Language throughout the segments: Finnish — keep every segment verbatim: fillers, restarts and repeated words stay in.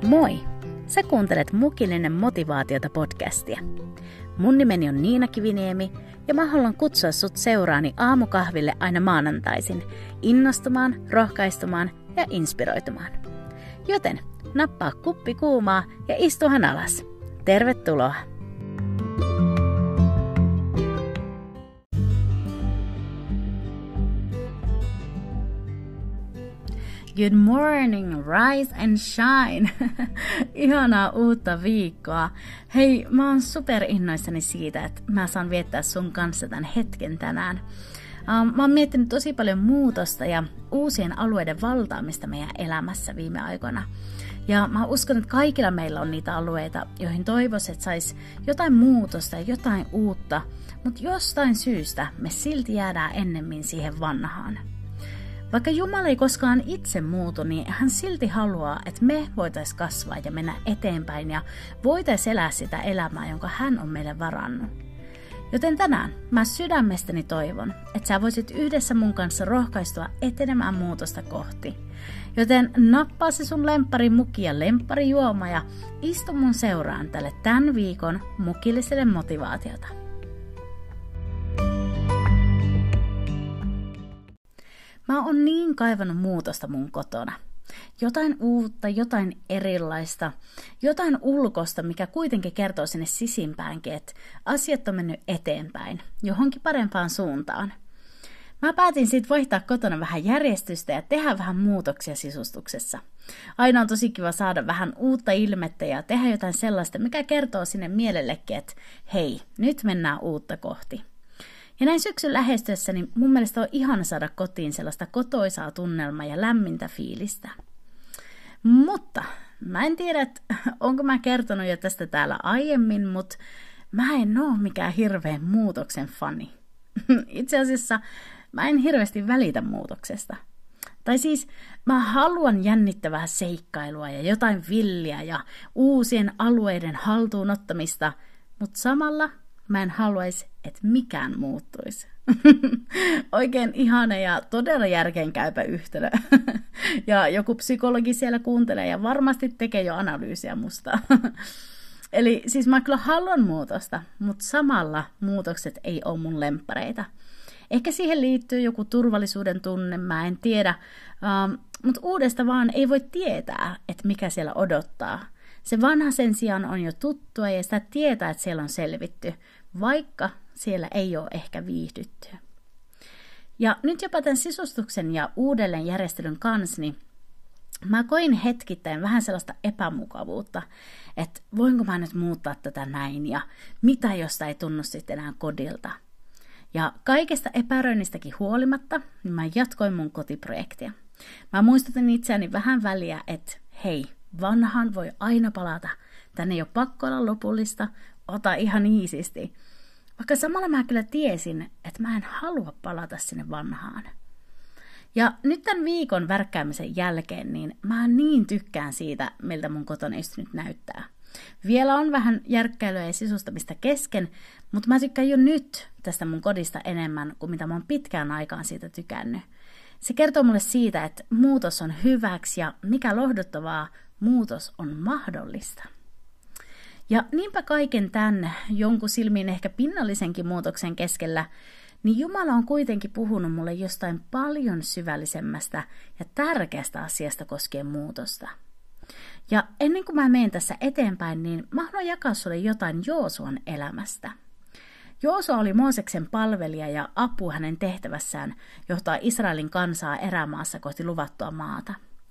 Moi! Sä kuuntelet Mukillinen motivaatiota podcastia. Mun nimeni on Niina Kiviniemi ja mä haluan kutsua sut seuraani aamukahville aina maanantaisin innostumaan, rohkaistumaan ja inspiroitumaan. Joten nappaa kuppi kuumaa ja istuhan alas. Tervetuloa! Good morning, rise and shine! Ihanaa uutta viikkoa! Hei, mä oon super innoissani siitä, että mä saan viettää sun kanssa tämän hetken tänään. Mä oon miettinyt tosi paljon muutosta ja uusien alueiden valtaamista meidän elämässä viime aikoina. Ja mä uskon, että kaikilla meillä on niitä alueita, joihin toivoisin, että sais jotain muutosta ja jotain uutta, mutta jostain syystä me silti jäädään ennemmin siihen vanhaan. Vaikka Jumala ei koskaan itse muutu, niin hän silti haluaa, että me voitaisiin kasvaa ja mennä eteenpäin ja voitaisiin elää sitä elämää, jonka hän on meille varannut. Joten tänään mä sydämestäni toivon, että sä voisit yhdessä mun kanssa rohkaistua etenemään muutosta kohti. Joten nappaa se sun lemppari muki ja lemppari juoma ja istu mun seuraan tälle tämän viikon mukilliselle motivaatiota. Mä oon niin kaivannut muutosta mun kotona. Jotain uutta, jotain erilaista, jotain ulkosta, mikä kuitenkin kertoo sinne sisimpäänkin, että asiat on mennyt eteenpäin, johonkin parempaan suuntaan. Mä päätin siitä vaihtaa kotona vähän järjestystä ja tehdä vähän muutoksia sisustuksessa. Aina on tosi kiva saada vähän uutta ilmettä ja tehdä jotain sellaista, mikä kertoo sinne mielellekin, että hei, nyt mennään uutta kohti. Ja näin syksyn lähestyessä, niin mun mielestä on ihana saada kotiin sellaista kotoisaa tunnelmaa ja lämmintä fiilistä. Mutta mä en tiedä, että onko mä kertonut jo tästä täällä aiemmin, mutta mä en oo mikään hirveän muutoksen fani. Itse asiassa mä en hirveästi välitä muutoksesta. Tai siis mä haluan jännittävää seikkailua ja jotain villiä ja uusien alueiden haltuun ottamista, mutta samalla mä en haluaisi, että mikään muuttuisi. Oikein ihana ja todella järkeenkäypä yhtälö. Ja joku psykologi siellä kuuntelee ja varmasti tekee jo analyysiä musta. Eli siis mä kyllä haluan muutosta, mutta samalla muutokset ei ole mun lemppareita. Ehkä siihen liittyy joku turvallisuuden tunne, mä en tiedä. Um, mutta uudesta vaan ei voi tietää, että mikä siellä odottaa. Se vanha sen sijaan on jo tuttua ja sitä tietää, että siellä on selvitty, vaikka siellä ei ole ehkä viihdytty. Ja nyt jopa tämän sisustuksen ja uudelleenjärjestelyn kanssa, niin mä koin hetkittäin vähän sellaista epämukavuutta, että voinko mä nyt muuttaa tätä näin ja mitä jos sitä ei tunnu sitten enää kodilta. Ja kaikesta epäröinnistäkin huolimatta, niin mä jatkoin mun kotiprojektia. Mä muistutin itseäni vähän väliä, että hei, vanhaan voi aina palata. Tänne ei ole pakko olla lopullista, ota ihan iisisti. Vaikka samalla mä kyllä tiesin, että mä en halua palata sinne vanhaan. Ja nyt tämän viikon värkkäämisen jälkeen, niin mä niin tykkään siitä, miltä mun kotona just nyt näyttää. Vielä on vähän järkkäilyä ja sisustamista kesken, mutta mä tykkään jo nyt tästä mun kodista enemmän kuin mitä mä oon pitkään aikaan siitä tykännyt. Se kertoo mulle siitä, että muutos on hyväksi ja mikä lohduttavaa, muutos on mahdollista. Ja niinpä kaiken tämän jonkun silmiin ehkä pinnallisenkin muutoksen keskellä, niin Jumala on kuitenkin puhunut mulle jostain paljon syvällisemmästä ja tärkeästä asiasta koskien muutosta. Ja ennen kuin mä menen tässä eteenpäin, niin mä haluan jakaa sulle jotain Joosuan elämästä. Joosua oli Mooseksen palvelija ja apu hänen tehtävässään johtaa Israelin kansaa erämaassa kohti luvattua maata.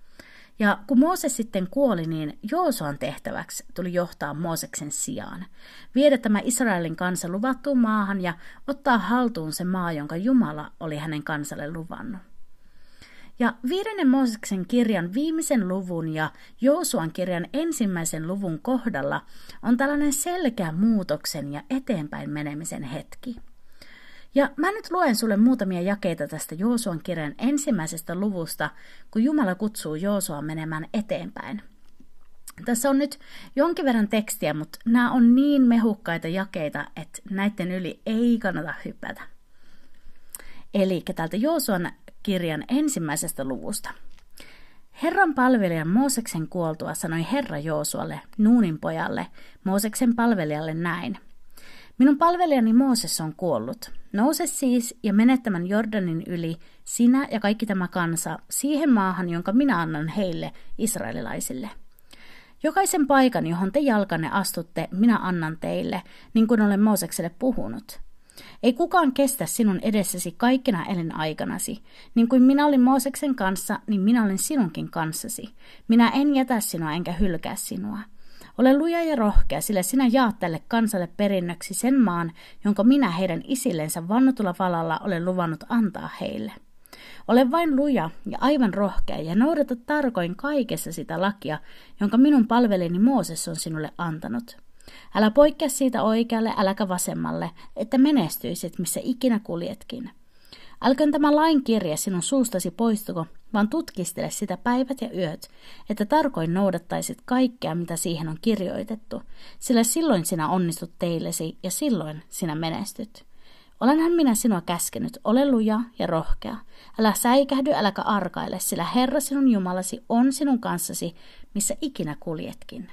Ja kun Mooses sitten kuoli, niin Joosuan tehtäväksi tuli johtaa Mooseksen sijaan, viedä tämä Israelin kansa luvattuun maahan ja ottaa haltuun se maa, jonka Jumala oli hänen kansalle luvannut. Ja viidennen Mooseksen kirjan viimeisen luvun ja Joosuan kirjan ensimmäisen luvun kohdalla on tällainen selkeä muutoksen ja eteenpäin menemisen hetki. Ja mä nyt luen sulle muutamia jakeita tästä Joosuan kirjan ensimmäisestä luvusta, kun Jumala kutsuu Joosua menemään eteenpäin. Tässä on nyt jonkin verran tekstiä, mutta nämä on niin mehukkaita jakeita, että näiden yli ei kannata hypätä. Eli täältä Joosuan kirjan ensimmäisestä luvusta. Herran palvelijan Mooseksen kuoltua sanoi Herra Joosualle, Nuunin pojalle, Mooseksen palvelijalle näin. Minun palvelijani Mooses on kuollut. Nouse siis ja mene tämän Jordanin yli, sinä ja kaikki tämä kansa, siihen maahan, jonka minä annan heille, israelilaisille. Jokaisen paikan, johon te jalkanne astutte, minä annan teille, niin kuin olen Moosekselle puhunut. Ei kukaan kestä sinun edessäsi kaikkina elinaikanasi. Niin kuin minä olin Mooseksen kanssa, niin minä olen sinunkin kanssasi. Minä en jätä sinua enkä hylkää sinua. Ole luja ja rohkea, sillä sinä jaat tälle kansalle perinnöksi sen maan, jonka minä heidän isillensä vannotulla valalla olen luvannut antaa heille. Ole vain luja ja aivan rohkea ja noudata tarkoin kaikessa sitä lakia, jonka minun palvelijani Mooses on sinulle antanut. Älä poikkea siitä oikealle, äläkä vasemmalle, että menestyisit, missä ikinä kuljetkin. Älköön tämä lain kirja sinun suustasi poistuko, vaan tutkistele sitä päivät ja yöt, että tarkoin noudattaisit kaikkea, mitä siihen on kirjoitettu, sillä silloin sinä onnistut teillesi ja silloin sinä menestyt. Olenhan minä sinua käskenyt, ole luja ja rohkea. Älä säikähdy, äläkä arkaile, sillä Herra sinun Jumalasi on sinun kanssasi, missä ikinä kuljetkin.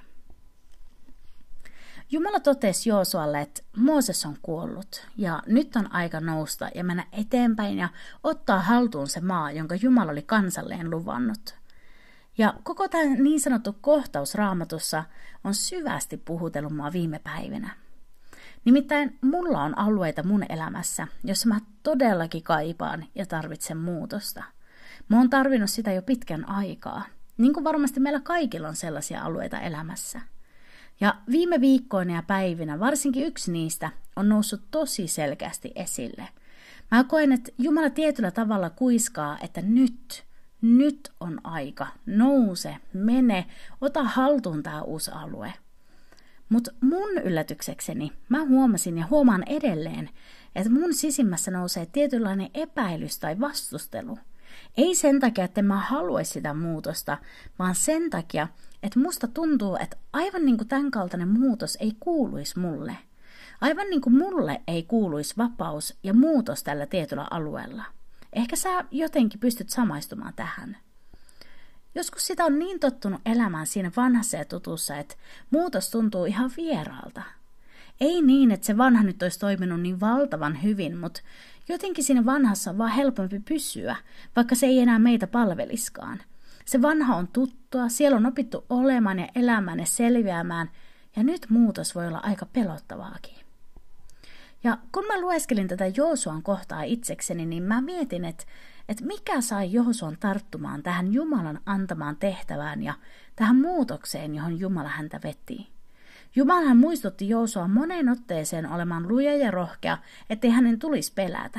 Jumala totesi Joosualle, että Mooses on kuollut ja nyt on aika nousta ja mennä eteenpäin ja ottaa haltuun se maa, jonka Jumala oli kansalleen luvannut. Ja koko tämä niin sanottu kohtaus Raamatussa on syvästi puhutellut mua viime päivinä. Nimittäin mulla on alueita mun elämässä, jossa mä todellakin kaipaan ja tarvitsen muutosta. Mä oon tarvinnut sitä jo pitkän aikaa, niin kuin varmasti meillä kaikilla on sellaisia alueita elämässä. Ja viime viikkoina ja päivinä, varsinkin yksi niistä, on noussut tosi selkeästi esille. Mä koen, että Jumala tietyllä tavalla kuiskaa, että nyt, nyt on aika, nouse, mene, ota haltuun tää uusi alue. Mutta mun yllätyksekseni mä huomasin ja huomaan edelleen, että mun sisimmässä nousee tietynlainen epäilys tai vastustelu. Ei sen takia, että mä haluaisi sitä muutosta, vaan sen takia, että musta tuntuu, että aivan niin kuin tämän kaltainen muutos ei kuuluisi mulle. Aivan niin kuin mulle ei kuuluisi vapaus ja muutos tällä tietyllä alueella. Ehkä sä jotenkin pystyt samaistumaan tähän. Joskus sitä on niin tottunut elämään siinä vanhassa ja tutussa, että muutos tuntuu ihan vieraalta. Ei niin, että se vanha nyt olisi toiminut niin valtavan hyvin, mutta jotenkin siinä vanhassa on vaan helpompi pysyä, vaikka se ei enää meitä palveliskaan. Se vanha on tuttua, siellä on opittu olemaan ja elämään ja selviämään, ja nyt muutos voi olla aika pelottavaakin. Ja kun mä lueskelin tätä Joosuan kohtaa itsekseni, niin mä mietin, että, että mikä sai Joosuan tarttumaan tähän Jumalan antamaan tehtävään ja tähän muutokseen, johon Jumala häntä veti. Jumalahan muistutti Joosua moneen otteeseen olemaan luja ja rohkea, ettei hänen tulisi pelätä.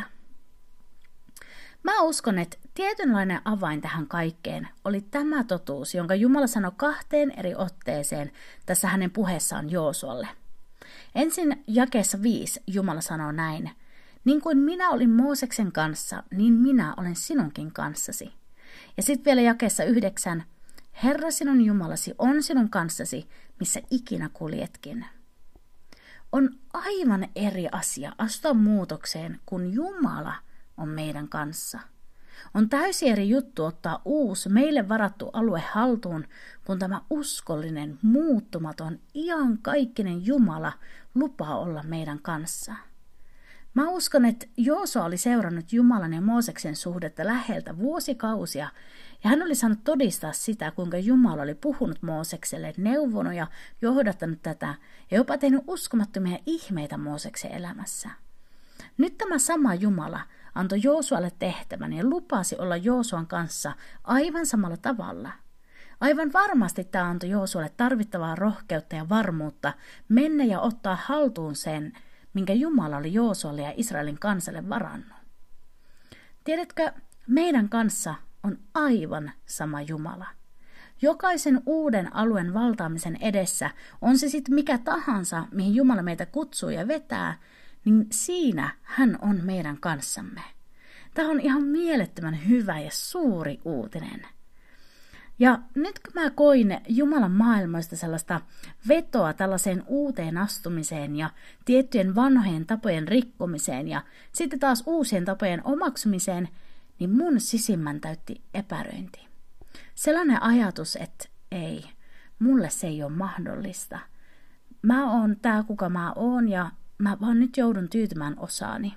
Mä uskon, että tietynlainen avain tähän kaikkeen oli tämä totuus, jonka Jumala sanoi kahteen eri otteeseen tässä hänen puheessaan Joosualle. Ensin jakeessa viisi Jumala sanoo näin: niin kuin minä olin Mooseksen kanssa, niin minä olen sinunkin kanssasi. Ja sitten vielä jakeessa yhdeksän: Herra sinun Jumalasi on sinun kanssasi, missä ikinä kuljetkin. On aivan eri asia astua muutokseen, kun Jumala on meidän kanssa. On täysin eri juttu ottaa uusi, meille varattu alue haltuun, kun tämä uskollinen, muuttumaton, iankaikkinen Jumala lupaa olla meidän kanssa. Mä uskon, että Joosua oli seurannut Jumalan ja Mooseksen suhdetta läheltä vuosikausia, ja hän oli saanut todistaa sitä, kuinka Jumala oli puhunut Moosekselle, neuvonut ja johdattanut tätä, ja jopa tehnyt uskomattomia ihmeitä Mooseksen elämässä. Nyt tämä sama Jumala antoi Joosualle tehtävän ja lupasi olla Joosuan kanssa aivan samalla tavalla. Aivan varmasti tämä antoi Joosualle tarvittavaa rohkeutta ja varmuutta mennä ja ottaa haltuun sen, minkä Jumala oli Joosualle ja Israelin kansalle varannut. Tiedätkö, meidän kanssa on aivan sama Jumala. Jokaisen uuden alueen valtaamisen edessä, on se sitten mikä tahansa, mihin Jumala meitä kutsuu ja vetää, niin siinä hän on meidän kanssamme. Tämä on ihan mielettömän hyvä ja suuri uutinen. Ja nyt kun mä koin Jumalan maailmoista sellaista vetoa tällaiseen uuteen astumiseen ja tiettyjen vanhojen tapojen rikkomiseen ja sitten taas uusien tapojen omaksumiseen, niin mun sisimmän täytti epäröinti. Sellainen ajatus, että ei, mulle se ei ole mahdollista. Mä oon tää, kuka mä oon, ja mä vaan nyt joudun tyytymään osaani.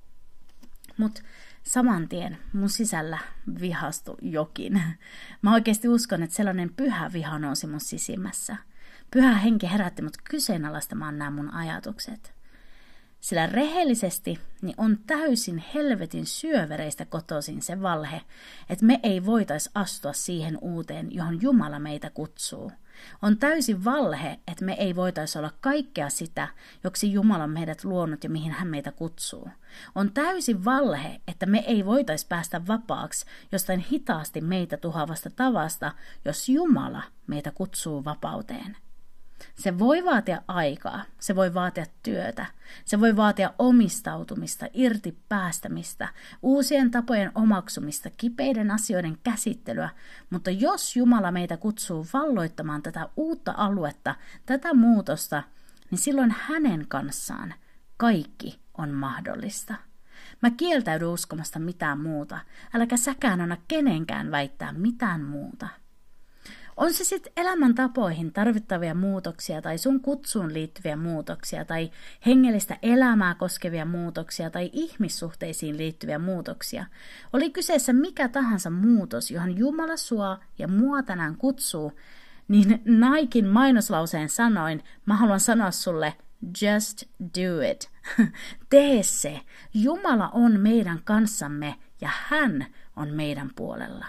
Mut saman tien mun sisällä vihastui jokin. Mä oikeasti uskon, että sellainen pyhä viha nousi mun sisimmässä. Pyhä henki herätti mut kyseenalaistamaan nämä mun ajatukset. Sillä rehellisesti niin on täysin helvetin syövereistä kotoisin se valhe, että me ei voitais astua siihen uuteen, johon Jumala meitä kutsuu. On täysin valhe, että me ei voitais olla kaikkea sitä, joksi Jumala on meidät luonut ja mihin hän meitä kutsuu. On täysin valhe, että me ei voitais päästä vapaaksi jostain hitaasti meitä tuhoavasta tavasta, jos Jumala meitä kutsuu vapauteen. Se voi vaatia aikaa, se voi vaatia työtä, se voi vaatia omistautumista, irti päästämistä, uusien tapojen omaksumista, kipeiden asioiden käsittelyä, mutta jos Jumala meitä kutsuu valloittamaan tätä uutta aluetta, tätä muutosta, niin silloin hänen kanssaan kaikki on mahdollista. Mä kieltäydyn uskomasta mitään muuta, äläkä säkään anna kenenkään väittää mitään muuta. On se sitten elämäntapoihin tarvittavia muutoksia tai sun kutsuun liittyviä muutoksia tai hengellistä elämää koskevia muutoksia tai ihmissuhteisiin liittyviä muutoksia. Oli kyseessä mikä tahansa muutos, johon Jumala sua ja mua tänään kutsuu, niin Niken mainoslauseen sanoin, mä haluan sanoa sulle, just do it. Tee se. Jumala on meidän kanssamme ja hän on meidän puolella.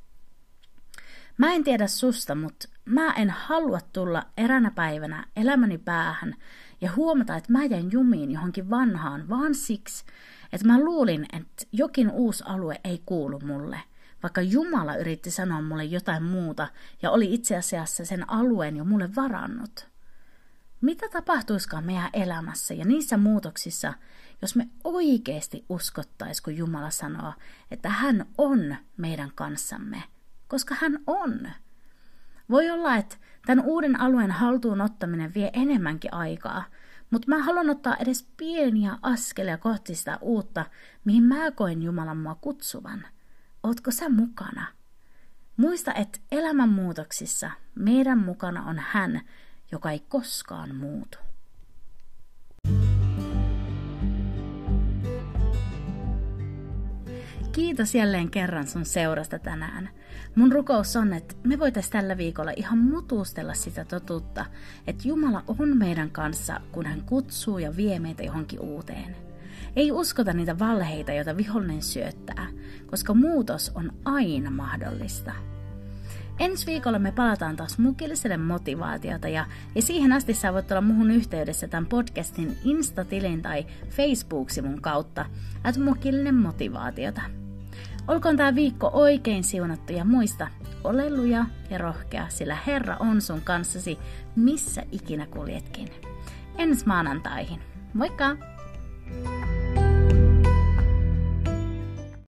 Mä en tiedä susta, mutta mä en halua tulla eränä päivänä elämäni päähän ja huomata, että mä jäin jumiin johonkin vanhaan vaan siksi, että mä luulin, että jokin uusi alue ei kuulu mulle, vaikka Jumala yritti sanoa mulle jotain muuta ja oli itse asiassa sen alueen jo mulle varannut. Mitä tapahtuisikaan meidän elämässä ja niissä muutoksissa, jos me oikeasti uskottaisiin, kun Jumala sanoo, että hän on meidän kanssamme? Koska hän on. Voi olla, että tämän uuden alueen haltuun ottaminen vie enemmänkin aikaa, mutta mä haluan ottaa edes pieniä askelia kohti sitä uutta, mihin mä koen Jumalan mua kutsuvan. Ootko sä mukana? Muista, että elämänmuutoksissa meidän mukana on hän, joka ei koskaan muutu. Kiitos jälleen kerran sun seurasta tänään. Mun rukous on, että me voitais tällä viikolla ihan mutustella sitä totuutta, että Jumala on meidän kanssa, kun hän kutsuu ja vie meitä johonkin uuteen. Ei uskota niitä valheita, joita vihollinen syöttää, koska muutos on aina mahdollista. Ensi viikolla me palataan taas mukilliselle motivaatiota ja, ja siihen asti sä voit olla muhun yhteydessä tämän podcastin Insta-tilin tai Facebook-sivun kautta, että mukillinen motivaatiota. Olkoon tää viikko oikein siunattu ja muista, ole luja ja rohkea, sillä Herra on sun kanssasi, missä ikinä kuljetkin. Ensi maanantaihin. Moikka!